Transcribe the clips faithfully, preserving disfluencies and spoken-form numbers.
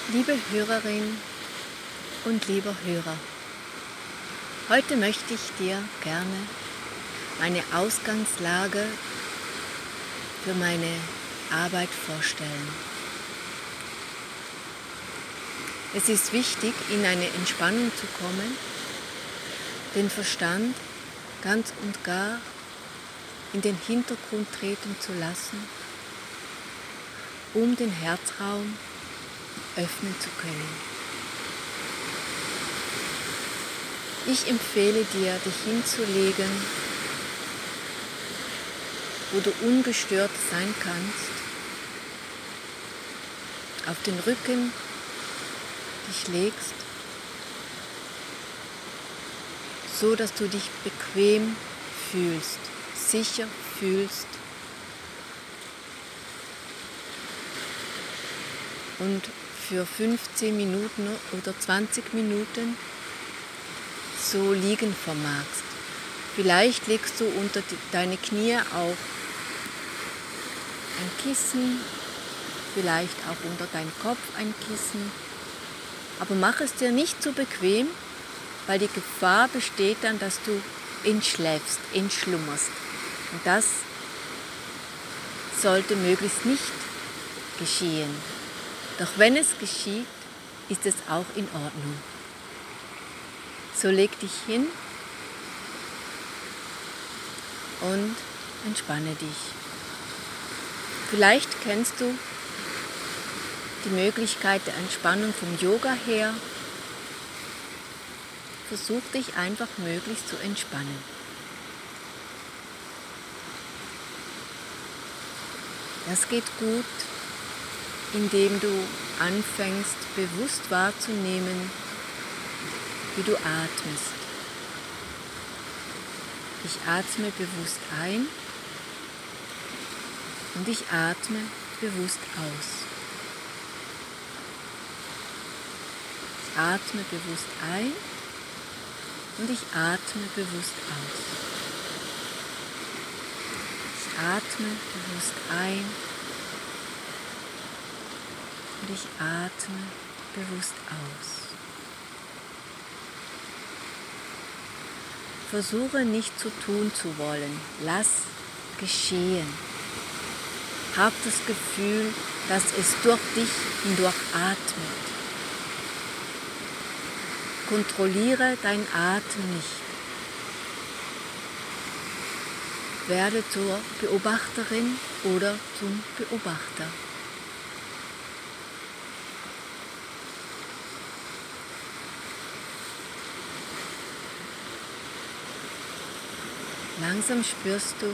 Liebe Hörerin und lieber Hörer, heute möchte ich dir gerne meine Ausgangslage für meine Arbeit vorstellen. Es ist wichtig, in eine Entspannung zu kommen, den Verstand ganz und gar in den Hintergrund treten zu lassen, um den Herzraum öffnen zu können. Ich empfehle dir, dich hinzulegen, wo du ungestört sein kannst, auf den Rücken dich legst, so dass du dich bequem fühlst, sicher fühlst und für fünfzehn Minuten oder zwanzig Minuten so liegen vermagst. Vielleicht legst du unter die, deine Knie auch ein Kissen, vielleicht auch unter deinen Kopf ein Kissen, aber mach es dir nicht zu bequem, weil die Gefahr besteht dann, dass du entschläfst, entschlummerst. Und das sollte möglichst nicht geschehen. Doch wenn es geschieht, ist es auch in Ordnung. So leg dich hin und entspanne dich. Vielleicht kennst du die Möglichkeit der Entspannung vom Yoga her. Versuch dich einfach möglichst zu entspannen. Das geht gut, indem du anfängst, bewusst wahrzunehmen, wie du atmest. Ich atme bewusst ein und ich atme bewusst aus. Ich atme bewusst ein und ich atme bewusst aus. Ich atme bewusst ein und ich atme bewusst aus. Versuche nicht zu tun zu wollen. Lass geschehen. Hab das Gefühl, dass es durch dich hindurch atmet. Kontrolliere deinen Atem nicht. Werde zur Beobachterin oder zum Beobachter. Langsam spürst du,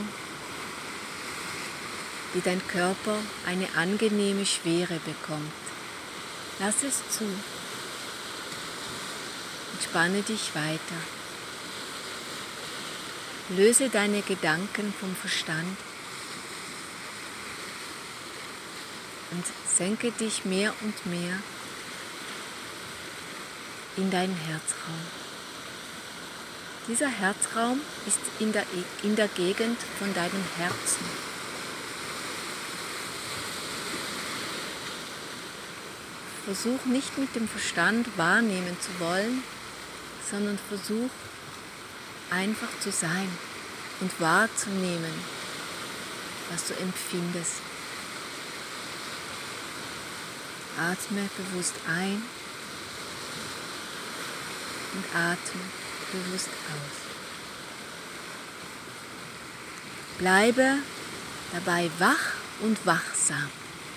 wie dein Körper eine angenehme Schwere bekommt. Lass es zu. Entspanne dich weiter. Löse deine Gedanken vom Verstand und senke dich mehr und mehr in deinen Herzraum. Dieser Herzraum ist in der, in der Gegend von deinem Herzen. Versuch nicht mit dem Verstand wahrnehmen zu wollen, sondern versuch einfach zu sein und wahrzunehmen, was du empfindest. Atme bewusst ein und atme bewusst aus. Bleibe dabei wach und wachsam.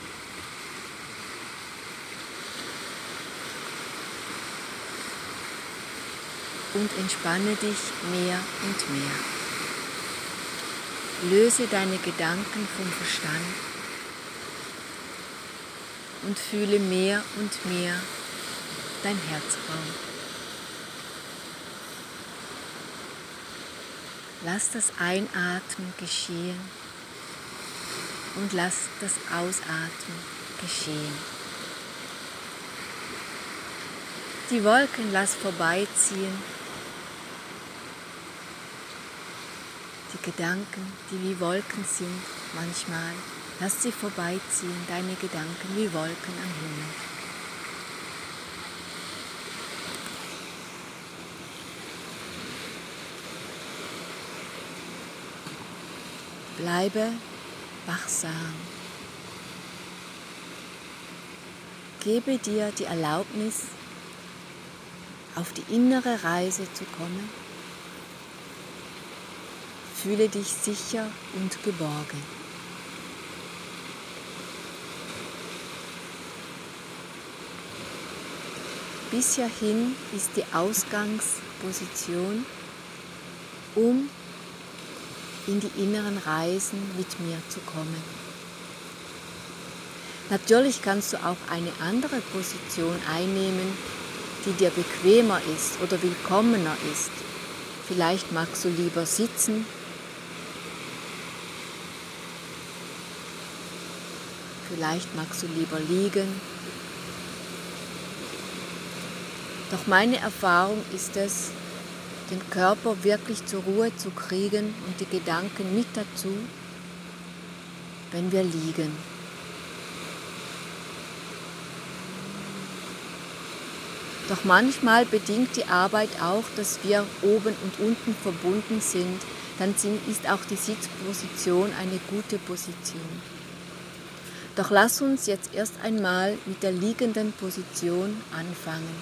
Und entspanne dich mehr und mehr. Löse deine Gedanken vom Verstand und fühle mehr und mehr dein Herzraum. Lass das Einatmen geschehen und lass das Ausatmen geschehen. Die Wolken lass vorbeiziehen. Die Gedanken, die wie Wolken sind, manchmal, lass sie vorbeiziehen, deine Gedanken wie Wolken am Himmel. Bleibe wachsam. Gebe dir die Erlaubnis, auf die innere Reise zu kommen. Fühle dich sicher und geborgen. Bis hierhin ist die Ausgangsposition, um in die inneren Reisen mit mir zu kommen. Natürlich kannst du auch eine andere Position einnehmen, die dir bequemer ist oder willkommener ist. Vielleicht magst du lieber sitzen. Vielleicht magst du lieber liegen. Doch meine Erfahrung ist es, den Körper wirklich zur Ruhe zu kriegen und die Gedanken mit dazu, wenn wir liegen. Doch manchmal bedingt die Arbeit auch, dass wir oben und unten verbunden sind. Dann ist auch die Sitzposition eine gute Position. Doch lass uns jetzt erst einmal mit der liegenden Position anfangen.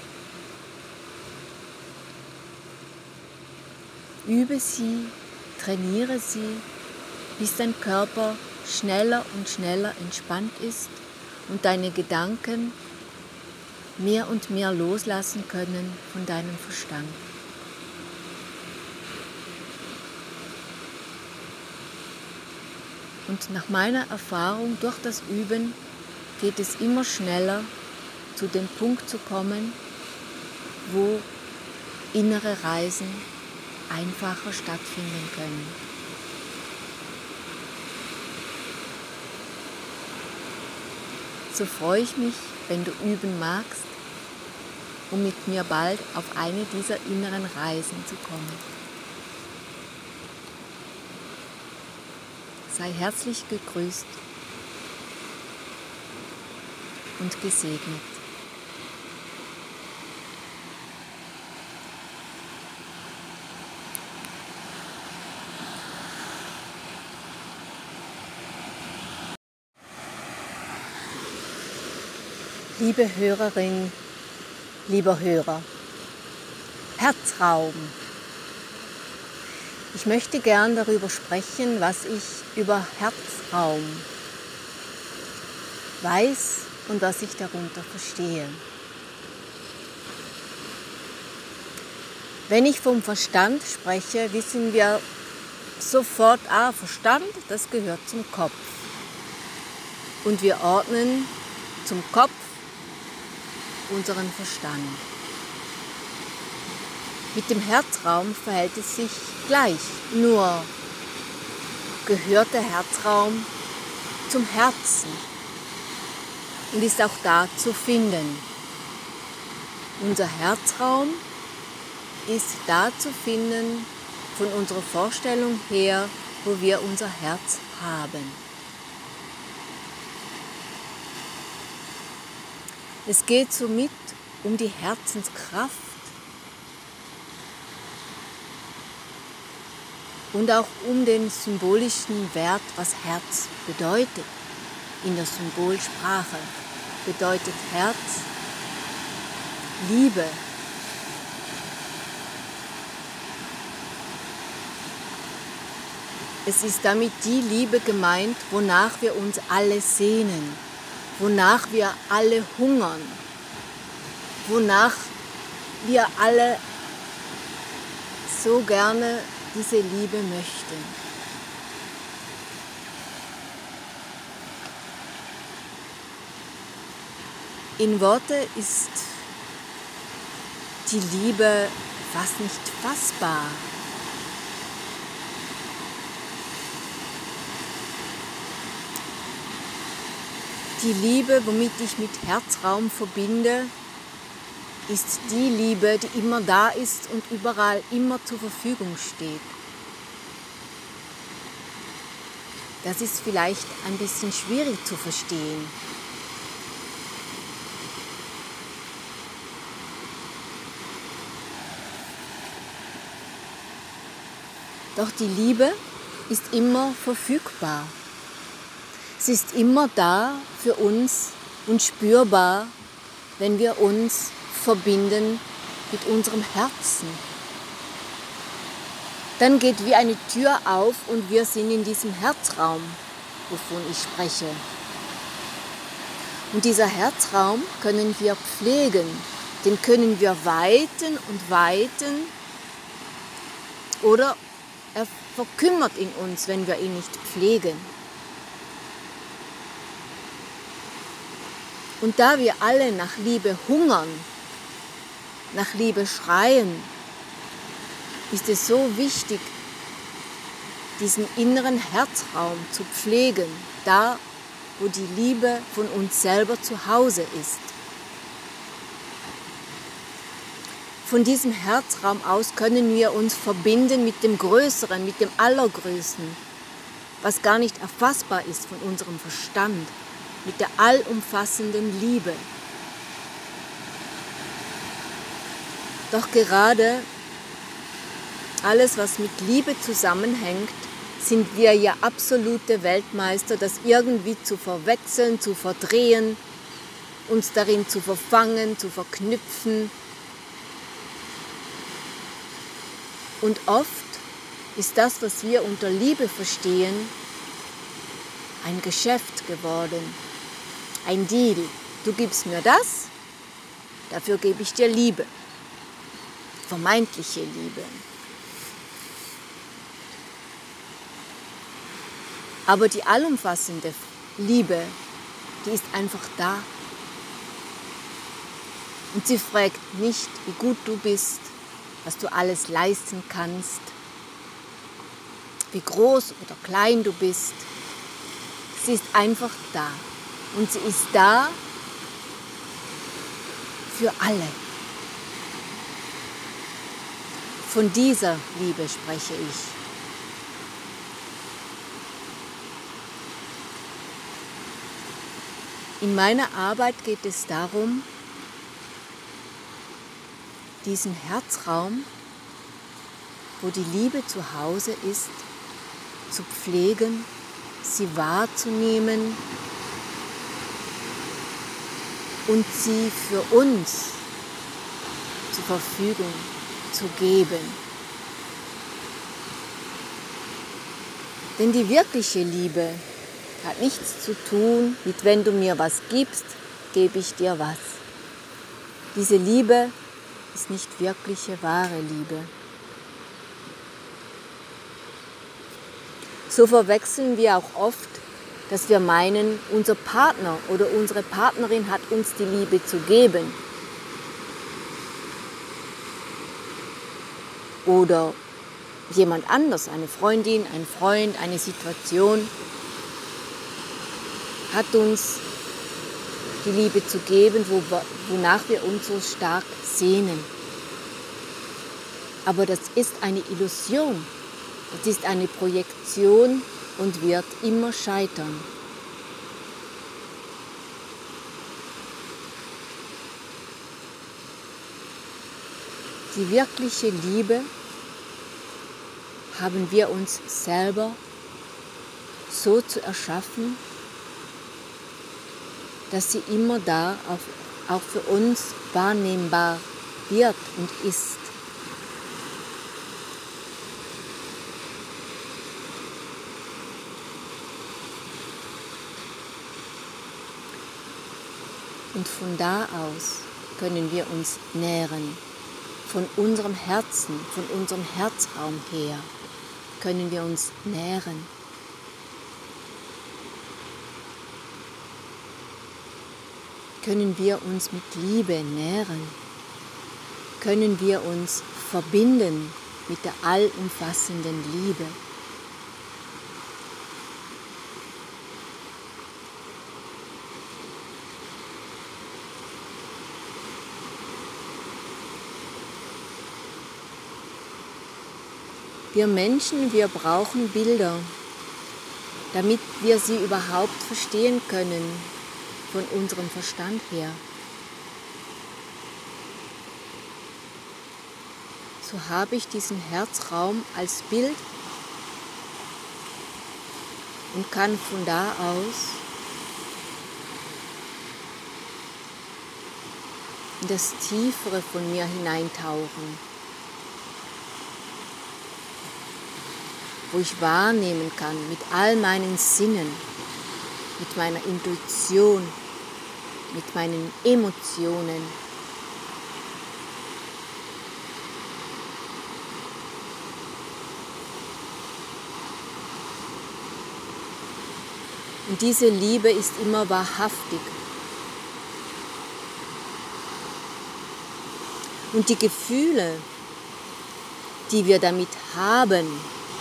Übe sie, trainiere sie, bis dein Körper schneller und schneller entspannt ist und deine Gedanken mehr und mehr loslassen können von deinem Verstand. Und nach meiner Erfahrung durch das Üben geht es immer schneller, zu dem Punkt zu kommen, wo innere Reisen einfacher stattfinden können. So freue ich mich, wenn du üben magst, um mit mir bald auf eine dieser inneren Reisen zu kommen. Sei herzlich gegrüßt und gesegnet. Liebe Hörerin, lieber Hörer, Herzraum. Ich möchte gern darüber sprechen, was ich über Herzraum weiß und was ich darunter verstehe. Wenn ich vom Verstand spreche, wissen wir sofort, ah, Verstand, das gehört zum Kopf. Und wir ordnen zum Kopf unseren Verstand. Mit dem Herzraum verhält es sich gleich, nur gehört der Herzraum zum Herzen und ist auch da zu finden. Unser Herzraum ist da zu finden von unserer Vorstellung her, wo wir unser Herz haben. Es geht somit um die Herzenskraft und auch um den symbolischen Wert, was Herz bedeutet. In der Symbolsprache bedeutet Herz Liebe. Es ist damit die Liebe gemeint, wonach wir uns alle sehnen, wonach wir alle hungern, wonach wir alle so gerne diese Liebe möchten. In Worte ist die Liebe fast nicht fassbar. Die Liebe, womit ich mit Herzraum verbinde, ist die Liebe, die immer da ist und überall immer zur Verfügung steht. Das ist vielleicht ein bisschen schwierig zu verstehen. Doch die Liebe ist immer verfügbar. Sie ist immer da für uns und spürbar, wenn wir uns verbinden mit unserem Herzen. Dann geht wie eine Tür auf und wir sind in diesem Herzraum, wovon ich spreche. Und dieser Herzraum können wir pflegen, den können wir weiten und weiten, oder er verkümmert in uns, wenn wir ihn nicht pflegen. Und da wir alle nach Liebe hungern, nach Liebe schreien, ist es so wichtig, diesen inneren Herzraum zu pflegen, da wo die Liebe von uns selber zu Hause ist. Von diesem Herzraum aus können wir uns verbinden mit dem Größeren, mit dem Allergrößten, was gar nicht erfassbar ist von unserem Verstand, mit der allumfassenden Liebe. Doch gerade alles, was mit Liebe zusammenhängt, sind wir ja absolute Weltmeister, das irgendwie zu verwechseln, zu verdrehen, uns darin zu verfangen, zu verknüpfen. Und oft ist das, was wir unter Liebe verstehen, ein Geschäft geworden, ein Deal. Du gibst mir das, dafür gebe ich dir Liebe, vermeintliche Liebe. Aber die allumfassende Liebe, die ist einfach da. Und sie fragt nicht, wie gut du bist, was du alles leisten kannst, wie groß oder klein du bist. Sie ist einfach da. Und sie ist da für alle. Von dieser Liebe spreche ich. In meiner Arbeit geht es darum, diesen Herzraum, wo die Liebe zu Hause ist, zu pflegen, sie wahrzunehmen und sie für uns zur Verfügung zu geben. Denn die wirkliche Liebe hat nichts zu tun mit, wenn du mir was gibst, gebe ich dir was. Diese Liebe ist nicht wirkliche, wahre Liebe. So verwechseln wir auch oft, dass wir meinen, unser Partner oder unsere Partnerin hat uns die Liebe zu geben. Oder jemand anders, eine Freundin, ein Freund, eine Situation, hat uns die Liebe zu geben, wonach wir uns so stark sehnen. Aber das ist eine Illusion, das ist eine Projektion und wird immer scheitern. Die wirkliche Liebe haben wir uns selber so zu erschaffen, dass sie immer da auch für uns wahrnehmbar wird und ist. Und von da aus können wir uns nähren. Von unserem Herzen, von unserem Herzraum her können wir uns nähren. Können wir uns mit Liebe nähren? Können wir uns verbinden mit der allumfassenden Liebe? Wir Menschen, wir brauchen Bilder, damit wir sie überhaupt verstehen können, von unserem Verstand her. So habe ich diesen Herzraum als Bild und kann von da aus in das Tiefere von mir hineintauchen, wo ich wahrnehmen kann mit all meinen Sinnen, mit meiner Intuition, mit meinen Emotionen. Und diese Liebe ist immer wahrhaftig. Und die Gefühle, die wir damit haben,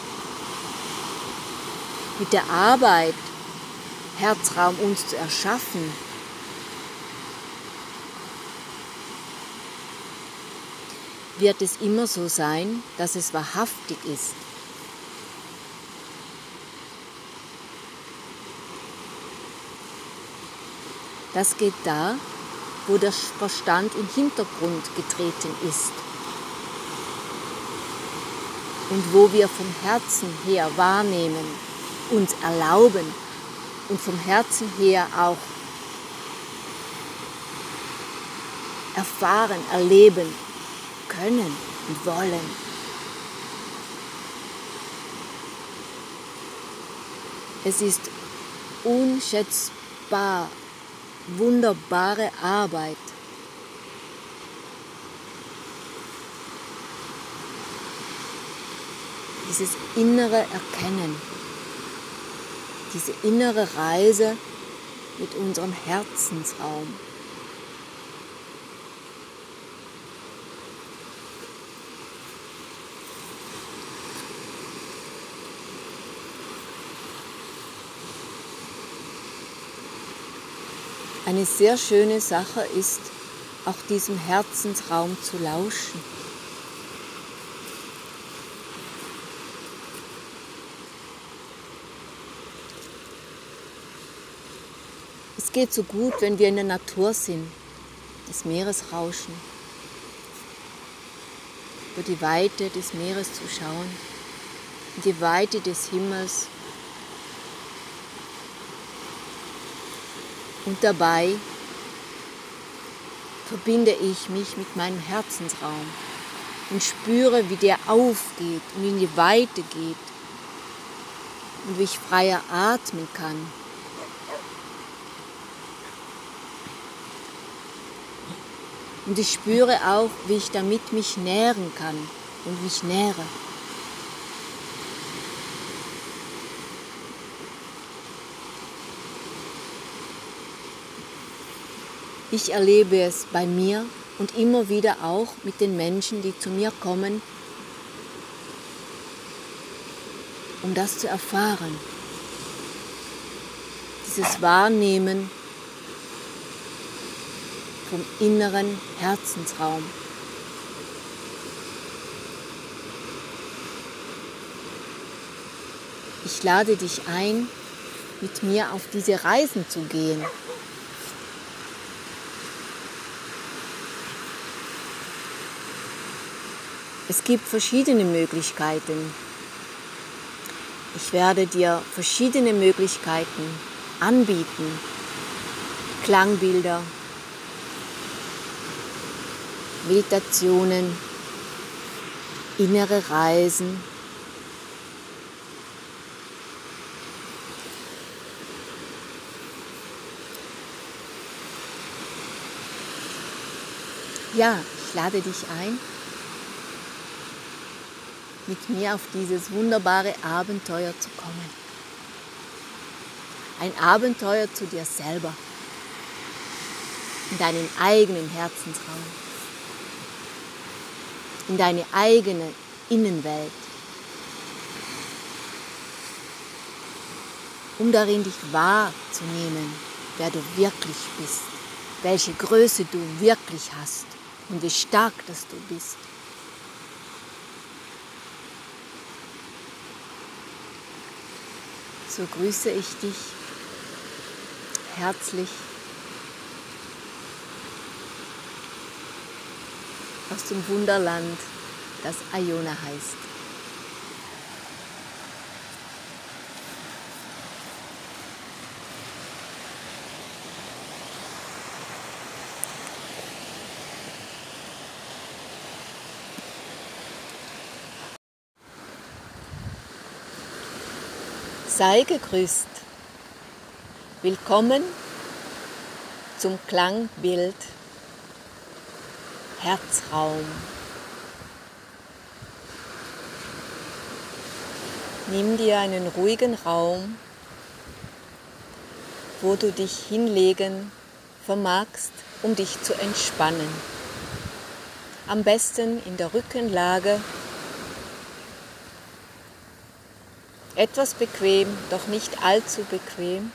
mit der Arbeit, Herzraum uns zu erschaffen, wird es immer so sein, dass es wahrhaftig ist. Das geht da, wo der Verstand in den Hintergrund getreten ist und wo wir vom Herzen her wahrnehmen, uns erlauben und vom Herzen her auch erfahren, erleben können und wollen. Es ist unschätzbar, wunderbare Arbeit. Dieses innere Erkennen, diese innere Reise mit unserem Herzensraum. Eine sehr schöne Sache ist, auch diesem Herzensraum zu lauschen. Es geht so gut, wenn wir in der Natur sind, das Meeresrauschen, über die Weite des Meeres zu schauen, in die Weite des Himmels. Und dabei verbinde ich mich mit meinem Herzensraum und spüre, wie der aufgeht und in die Weite geht und wie ich freier atmen kann. Und ich spüre auch, wie ich damit mich nähren kann und mich nähre. Ich erlebe es bei mir und immer wieder auch mit den Menschen, die zu mir kommen, um das zu erfahren. Dieses Wahrnehmen vom inneren Herzensraum. Ich lade dich ein, mit mir auf diese Reisen zu gehen. Es gibt verschiedene Möglichkeiten. Ich werde dir verschiedene Möglichkeiten anbieten. Klangbilder, Meditationen, innere Reisen. Ja, ich lade dich ein, mit mir auf dieses wunderbare Abenteuer zu kommen. Ein Abenteuer zu dir selber, in deinen eigenen Herzensraum, in deine eigene Innenwelt, um darin dich wahrzunehmen, wer du wirklich bist, welche Größe du wirklich hast und wie stark dass du bist. So grüße ich dich herzlich aus dem Wunderland, das Iona heißt. Sei gegrüßt. Willkommen zum Klangbild Herzraum. Nimm dir einen ruhigen Raum, wo du dich hinlegen vermagst, um dich zu entspannen. Am besten in der Rückenlage, etwas bequem, doch nicht allzu bequem.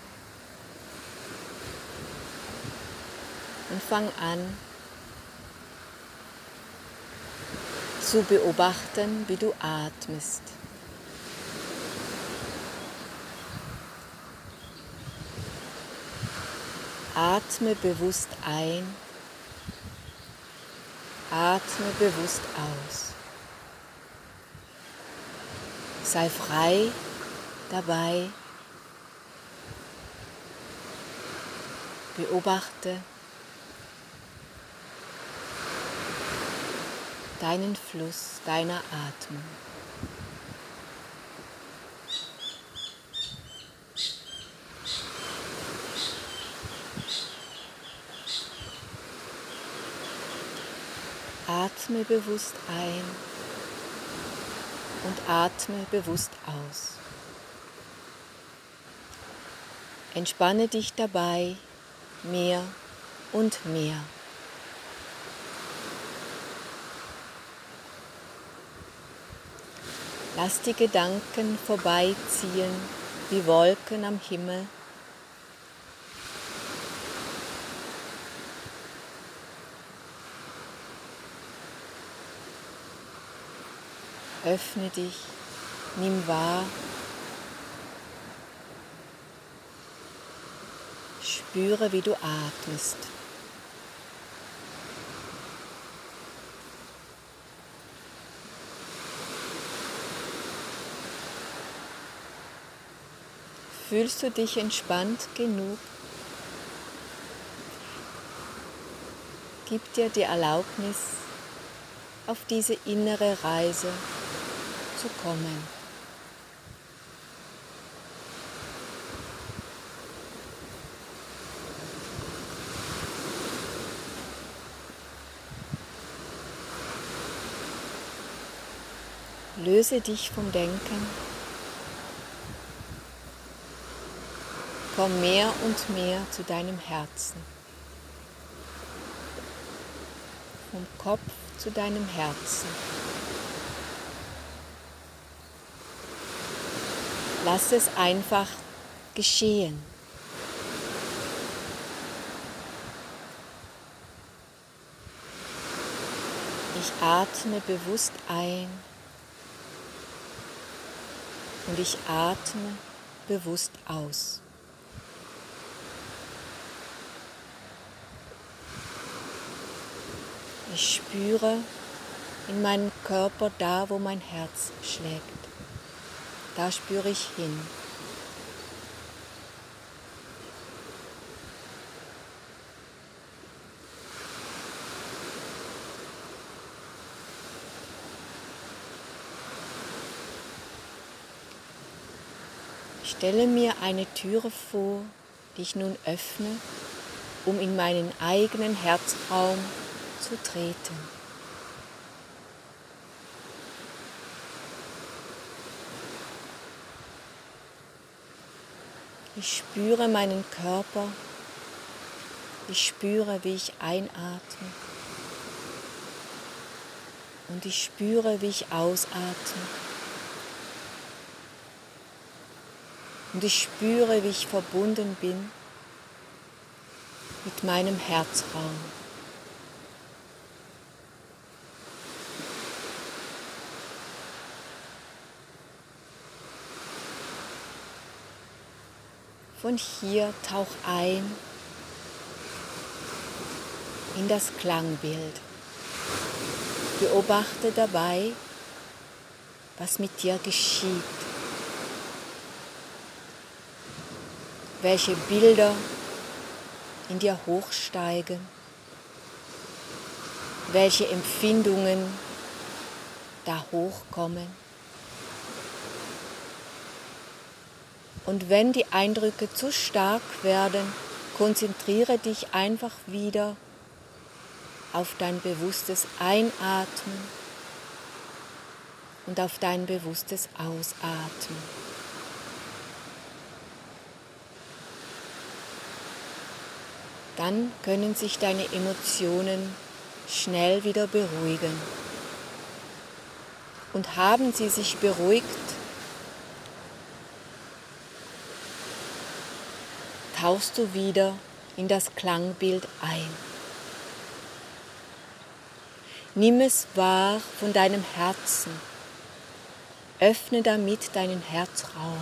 Und fang an zu beobachten, wie du atmest. Atme bewusst ein, atme bewusst aus. Sei frei dabei, beobachte deinen Fluss deiner Atmung. Atme bewusst ein und atme bewusst aus. Entspanne dich dabei mehr und mehr. Lass die Gedanken vorbeiziehen wie Wolken am Himmel. Öffne dich, nimm wahr, spüre, wie du atmest. Fühlst du dich entspannt genug? Gib dir die Erlaubnis, auf diese innere Reise zu kommen. Löse dich vom Denken. Komm mehr und mehr zu deinem Herzen. Vom Kopf zu deinem Herzen. Lass es einfach geschehen. Ich atme bewusst ein und ich atme bewusst aus. Ich spüre in meinem Körper da, wo mein Herz schlägt. Da spüre ich hin. Ich stelle mir eine Türe vor, die ich nun öffne, um in meinen eigenen Herzraum zu treten. Ich spüre meinen Körper, ich spüre, wie ich einatme und ich spüre, wie ich ausatme und ich spüre, wie ich verbunden bin mit meinem Herzraum. Von hier tauch ein in das Klangbild. Beobachte dabei, was mit dir geschieht. Welche Bilder in dir hochsteigen. Welche Empfindungen da hochkommen. Und wenn die Eindrücke zu stark werden, konzentriere dich einfach wieder auf dein bewusstes Einatmen und auf dein bewusstes Ausatmen. Dann können sich deine Emotionen schnell wieder beruhigen. Und haben sie sich beruhigt, tauchst du wieder in das Klangbild ein. Nimm es wahr von deinem Herzen. Öffne damit deinen Herzraum.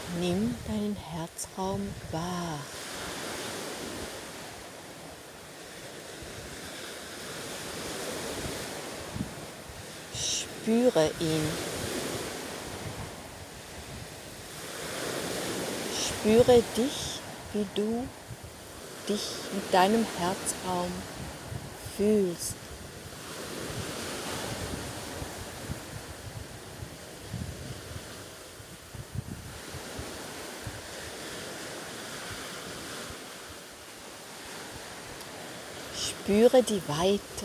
Nimm deinen Herzraum wahr. Spüre ihn. Spüre dich, wie du dich mit deinem Herzraum fühlst. Spüre die Weite,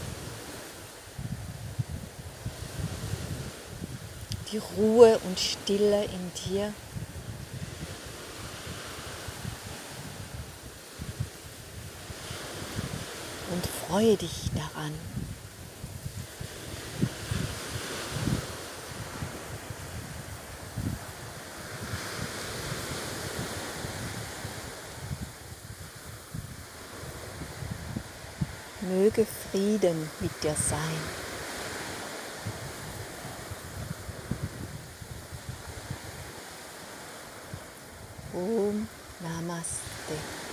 die Ruhe und Stille in dir. Und freue dich daran. Möge Frieden mit dir sein. Om Namaste.